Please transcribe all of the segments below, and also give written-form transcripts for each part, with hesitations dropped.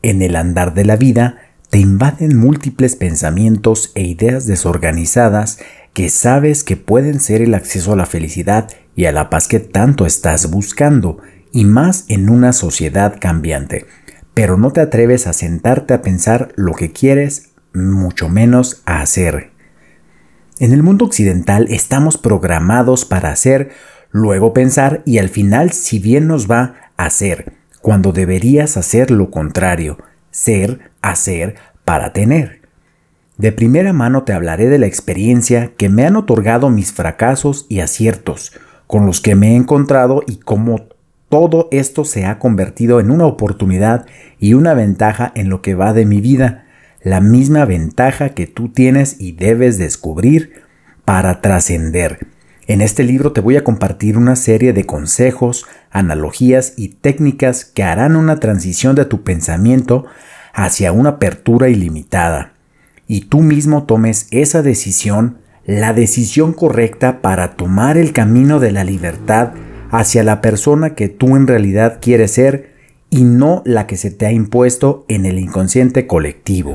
En el andar de la vida te invaden múltiples pensamientos e ideas desorganizadas que sabes que pueden ser el acceso a la felicidad y a la paz que tanto estás buscando, y más en una sociedad cambiante. Pero no te atreves a sentarte a pensar lo que quieres, mucho menos a hacer. En el mundo occidental estamos programados para hacer, luego pensar y al final, si bien nos va, hacer, cuando deberías hacer lo contrario, ser, hacer, para tener. De primera mano te hablaré de la experiencia que me han otorgado mis fracasos y aciertos, con los que me he encontrado y cómo todo esto se ha convertido en una oportunidad y una ventaja en lo que va de mi vida, la misma ventaja que tú tienes y debes descubrir para trascender. En este libro te voy a compartir una serie de consejos, analogías y técnicas que harán una transición de tu pensamiento hacia una apertura ilimitada, y tú mismo tomes esa decisión, la decisión correcta para tomar el camino de la libertad hacia la persona que tú en realidad quieres ser y no la que se te ha impuesto en el inconsciente colectivo.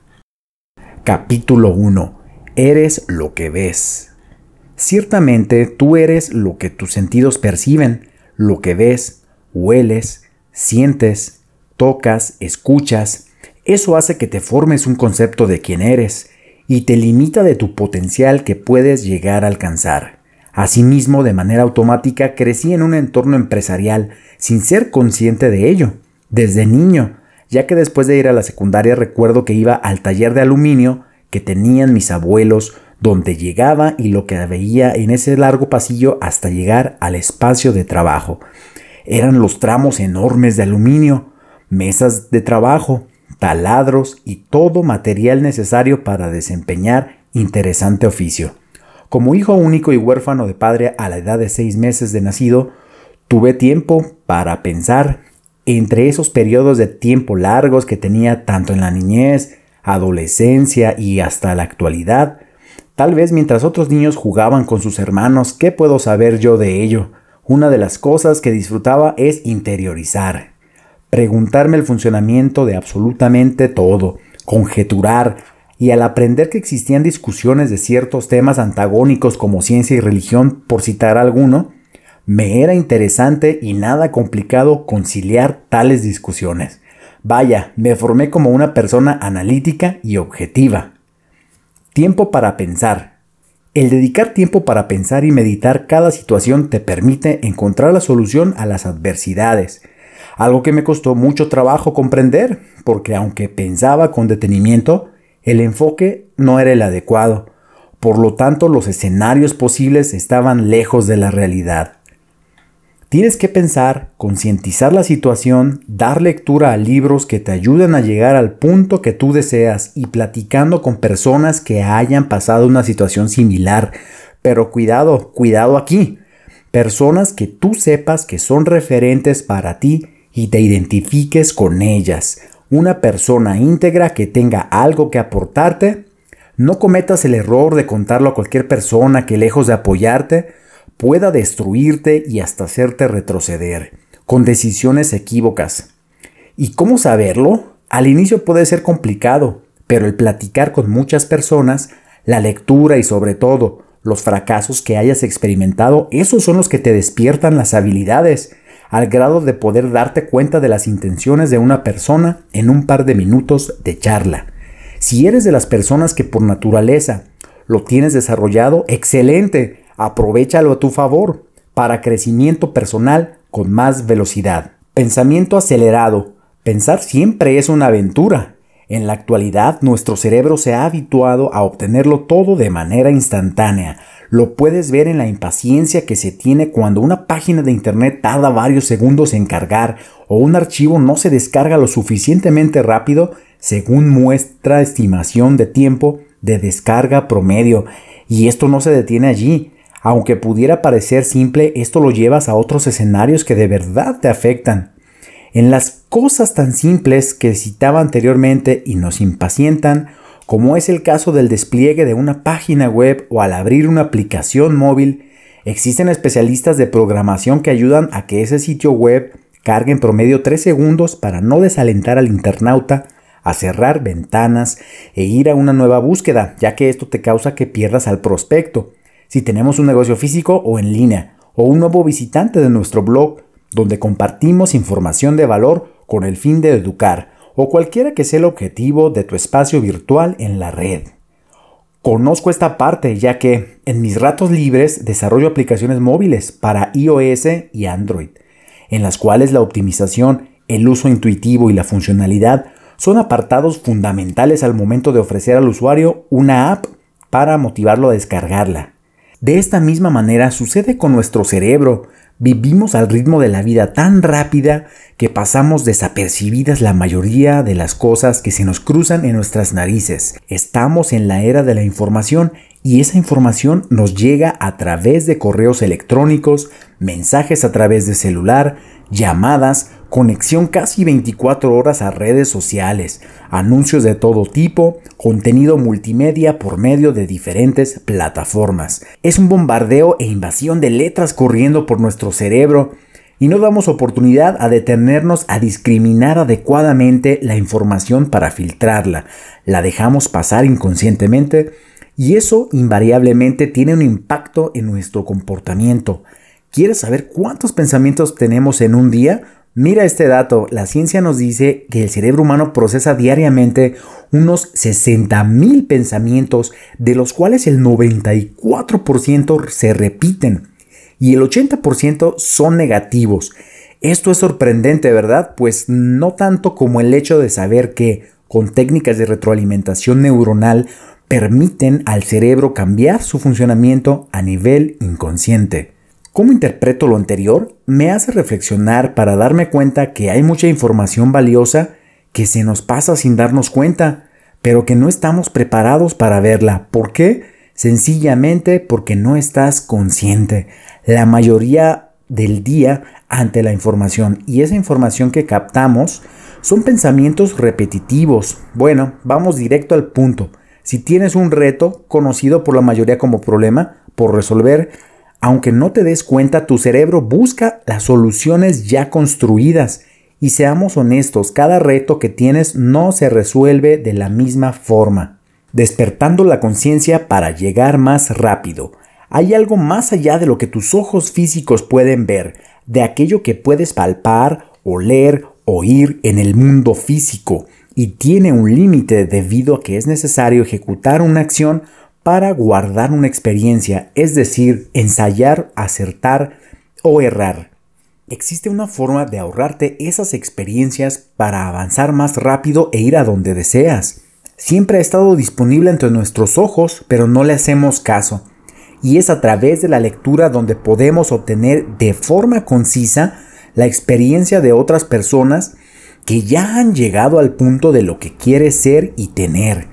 Capítulo 1. Eres lo que ves. Ciertamente tú eres lo que tus sentidos perciben, lo que ves, hueles, sientes, tocas, escuchas. Eso hace que te formes un concepto de quién eres y te limita de tu potencial que puedes llegar a alcanzar. Asimismo, de manera automática, crecí en un entorno empresarial sin ser consciente de ello, desde niño, ya que después de ir a la secundaria recuerdo que iba al taller de aluminio que tenían mis abuelos, donde llegaba y lo que veía en ese largo pasillo hasta llegar al espacio de trabajo. Eran los tramos enormes de aluminio, mesas de trabajo, taladros y todo material necesario para desempeñar interesante oficio. Como hijo único y huérfano de padre a la edad de 6 meses de nacido, tuve tiempo para pensar entre esos periodos de tiempo largos que tenía tanto en la niñez, adolescencia y hasta la actualidad. Tal vez mientras otros niños jugaban con sus hermanos, ¿qué puedo saber yo de ello? Una de las cosas que disfrutaba es interiorizar, preguntarme el funcionamiento de absolutamente todo, conjeturar, y al aprender que existían discusiones de ciertos temas antagónicos como ciencia y religión, por citar alguno, me era interesante y nada complicado conciliar tales discusiones. Vaya, me formé como una persona analítica y objetiva. Tiempo para pensar. El dedicar tiempo para pensar y meditar cada situación te permite encontrar la solución a las adversidades, algo que me costó mucho trabajo comprender, porque aunque pensaba con detenimiento, el enfoque no era el adecuado, por lo tanto los escenarios posibles estaban lejos de la realidad. Tienes que pensar, concientizar la situación, dar lectura a libros que te ayuden a llegar al punto que tú deseas y platicando con personas que hayan pasado una situación similar. Pero cuidado aquí. Personas que tú sepas que son referentes para ti y te identifiques con ellas. Una persona íntegra que tenga algo que aportarte. No cometas el error de contarlo a cualquier persona que, lejos de apoyarte, pueda destruirte y hasta hacerte retroceder, con decisiones equívocas. ¿Y cómo saberlo? Al inicio puede ser complicado, pero el platicar con muchas personas, la lectura y sobre todo los fracasos que hayas experimentado, esos son los que te despiertan las habilidades, al grado de poder darte cuenta de las intenciones de una persona en un par de minutos de charla. Si eres de las personas que por naturaleza lo tienes desarrollado, ¡excelente! Aprovéchalo a tu favor para crecimiento personal con más velocidad. Pensamiento acelerado. Pensar siempre es una aventura. En la actualidad, nuestro cerebro se ha habituado a obtenerlo todo de manera instantánea. Lo puedes ver en la impaciencia que se tiene cuando una página de internet tarda varios segundos en cargar o un archivo no se descarga lo suficientemente rápido según nuestra estimación de tiempo de descarga promedio. Y esto no se detiene allí. Aunque pudiera parecer simple, esto lo llevas a otros escenarios que de verdad te afectan. En las cosas tan simples que citaba anteriormente y nos impacientan, como es el caso del despliegue de una página web o al abrir una aplicación móvil, existen especialistas de programación que ayudan a que ese sitio web Carga en promedio 3 segundos para no desalentar al internauta a cerrar ventanas e ir a una nueva búsqueda, ya que esto te causa que pierdas al prospecto. Si tenemos un negocio físico o en línea, o un nuevo visitante de nuestro blog, donde compartimos información de valor con el fin de educar, o cualquiera que sea el objetivo de tu espacio virtual en la red. Conozco esta parte, ya que en mis ratos libres desarrollo aplicaciones móviles para iOS y Android, en las cuales la optimización, el uso intuitivo y la funcionalidad son apartados fundamentales al momento de ofrecer al usuario una app para motivarlo a descargarla. De esta misma manera sucede con nuestro cerebro. Vivimos al ritmo de la vida tan rápida que pasamos desapercibidas la mayoría de las cosas que se nos cruzan en nuestras narices. Estamos en la era de la información y esa información nos llega a través de correos electrónicos, mensajes a través de celular, llamadas, conexión casi 24 horas a redes sociales, anuncios de todo tipo, contenido multimedia por medio de diferentes plataformas. Es un bombardeo e invasión de letras corriendo por nuestro cerebro y no damos oportunidad a detenernos a discriminar adecuadamente la información para filtrarla. La dejamos pasar inconscientemente y eso invariablemente tiene un impacto en nuestro comportamiento. ¿Quieres saber cuántos pensamientos tenemos en un día? Mira este dato, la ciencia nos dice que el cerebro humano procesa diariamente unos 60,000 pensamientos, de los cuales el 94% se repiten y el 80% son negativos. Esto es sorprendente, ¿verdad? Pues no tanto como el hecho de saber que con técnicas de retroalimentación neuronal permiten al cerebro cambiar su funcionamiento a nivel inconsciente. ¿Cómo interpreto lo anterior? Me hace reflexionar para darme cuenta que hay mucha información valiosa que se nos pasa sin darnos cuenta, pero que no estamos preparados para verla. ¿Por qué? Sencillamente porque no estás consciente la mayoría del día ante la información, y esa información que captamos son pensamientos repetitivos. Bueno, vamos directo al punto. Si tienes un reto conocido por la mayoría como problema por resolver, aunque no te des cuenta, tu cerebro busca las soluciones ya construidas. Y seamos honestos, cada reto que tienes no se resuelve de la misma forma. Despertando la conciencia para llegar más rápido. Hay algo más allá de lo que tus ojos físicos pueden ver, de aquello que puedes palpar, oler, oír en el mundo físico. Y tiene un límite debido a que es necesario ejecutar una acción para guardar una experiencia, es decir, ensayar, acertar o errar. Existe una forma de ahorrarte esas experiencias para avanzar más rápido e ir a donde deseas. Siempre ha estado disponible entre nuestros ojos, pero no le hacemos caso. Y es a través de la lectura donde podemos obtener de forma concisa la experiencia de otras personas que ya han llegado al punto de lo que quieres ser y tener.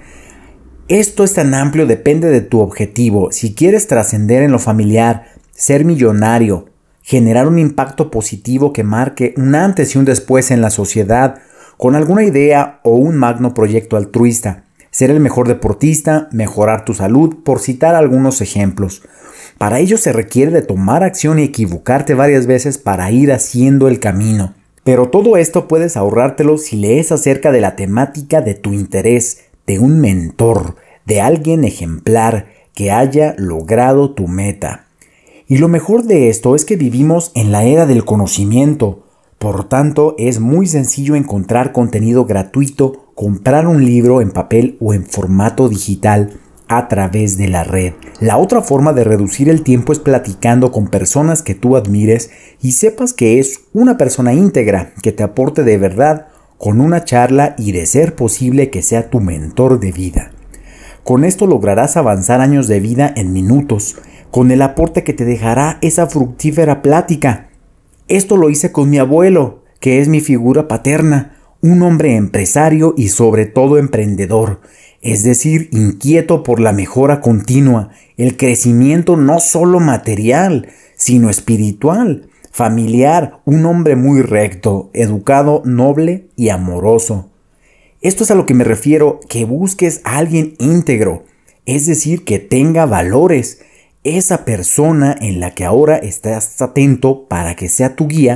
Esto es tan amplio, depende de tu objetivo. Si quieres trascender en lo familiar, ser millonario, generar un impacto positivo que marque un antes y un después en la sociedad, con alguna idea o un magno proyecto altruista, ser el mejor deportista, mejorar tu salud, por citar algunos ejemplos. Para ello se requiere de tomar acción y equivocarte varias veces para ir haciendo el camino. Pero todo esto puedes ahorrártelo si lees acerca de la temática de tu interés, de un mentor, de alguien ejemplar que haya logrado tu meta. Y lo mejor de esto es que vivimos en la era del conocimiento. Por tanto, es muy sencillo encontrar contenido gratuito, comprar un libro en papel o en formato digital a través de la red. La otra forma de reducir el tiempo es platicando con personas que tú admires y sepas que es una persona íntegra que te aporte de verdad con una charla y, de ser posible, que sea tu mentor de vida. Con esto lograrás avanzar años de vida en minutos, con el aporte que te dejará esa fructífera plática. Esto lo hice con mi abuelo, que es mi figura paterna, un hombre empresario y sobre todo emprendedor, es decir, inquieto por la mejora continua, el crecimiento no solo material, sino espiritual, familiar, un hombre muy recto, educado, noble y amoroso. Esto es a lo que me refiero, que busques a alguien íntegro, es decir, que tenga valores. Esa persona en la que ahora estás atento para que sea tu guía,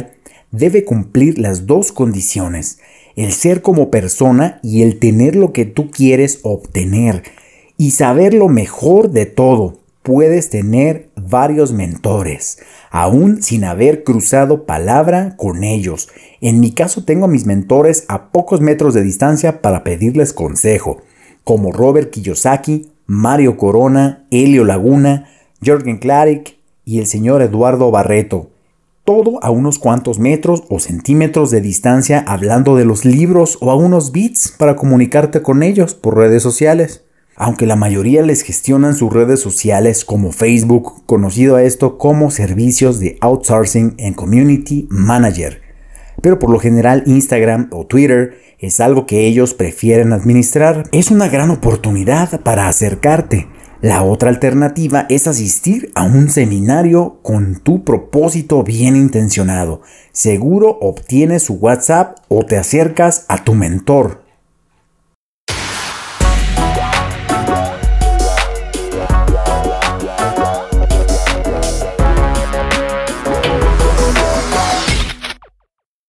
debe cumplir las dos condiciones: el ser como persona y el tener lo que tú quieres obtener. Y saber lo mejor de todo: puedes tener varios mentores, aún sin haber cruzado palabra con ellos. En mi caso tengo a mis mentores a pocos metros de distancia para pedirles consejo, como Robert Kiyosaki, Mario Corona, Helio Laguna, Jürgen Klarik y el señor Eduardo Barreto. Todo a unos cuantos metros o centímetros de distancia, hablando de los libros, o a unos bits para comunicarte con ellos por redes sociales. Aunque la mayoría les gestionan sus redes sociales como Facebook, conocido a esto como servicios de outsourcing en Community Manager. Pero por lo general Instagram o Twitter es algo que ellos prefieren administrar. Es una gran oportunidad para acercarte. La otra alternativa es asistir a un seminario con tu propósito bien intencionado. Seguro obtienes su WhatsApp o te acercas a tu mentor.